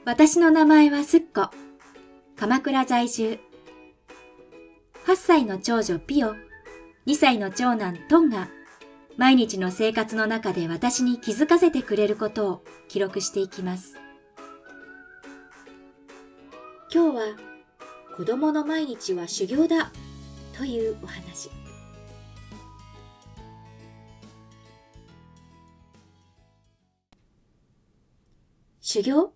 私の名前はすっこ。鎌倉在住。8歳の長女ピオ、2歳の長男トンが、毎日の生活の中で私に気づかせてくれることを記録していきます。今日は、子供の毎日は修行だというお話。修行？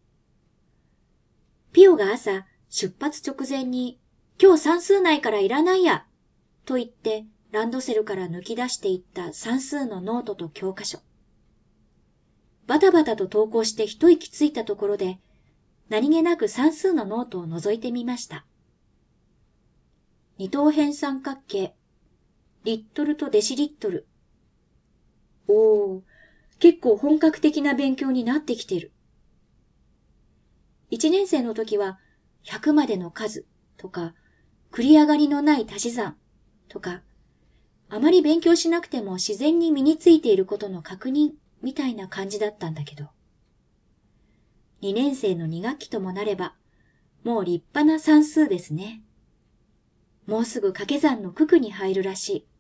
ピオが朝出発直前に今日算数ないからいらないやと言ってランドセルから抜き出していった算数のノートと教科書。バタバタと登校して一息ついたところで何気なく算数のノートを覗いてみました。二等辺三角形、リットルとデシリットル。おー、結構本格的な勉強になってきてる。1年生の時は100までの数とか繰り上がりのない足し算とかあまり勉強しなくても自然に身についていることの確認みたいな感じだったんだけど2年生の2学期ともなればもう立派な算数ですね。もうすぐ掛け算の九九に入るらしい。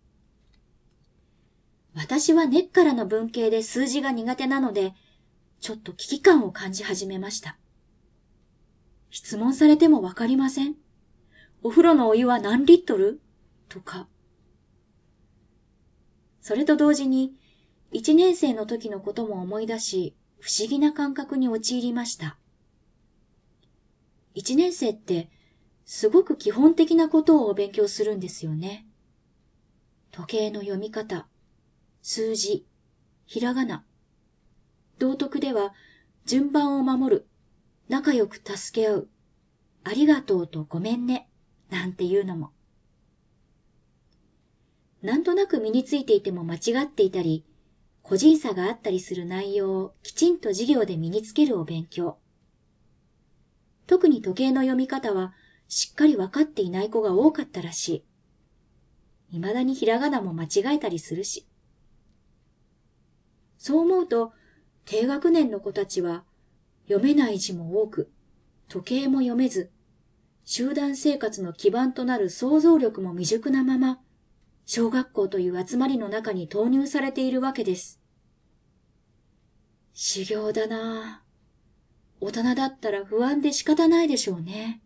私は根っからの文系で数字が苦手なのでちょっと危機感を感じ始めました。質問されてもわかりません。お風呂のお湯は何リットル？とか。それと同時に、1年生の時のことも思い出し、不思議な感覚に陥りました。1年生って、すごく基本的なことを勉強するんですよね。時計の読み方、数字、ひらがな。道徳では、順番を守る。仲良く助け合う。ありがとうとごめんね。なんていうのも。なんとなく身についていても間違っていたり、個人差があったりする内容をきちんと授業で身につけるお勉強。特に時計の読み方はしっかり分かっていない子が多かったらしい。未だにひらがなも間違えたりするし。そう思うと、低学年の子たちは読めない字も多く、時計も読めず、集団生活の基盤となる想像力も未熟なまま、小学校という集まりの中に投入されているわけです。修行だなぁ。大人だったら不安で仕方ないでしょうね。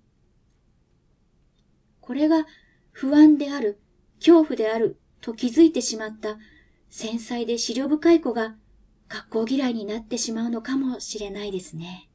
これが不安である、恐怖であると気づいてしまった繊細で思慮深い子が学校嫌いになってしまうのかもしれないですね。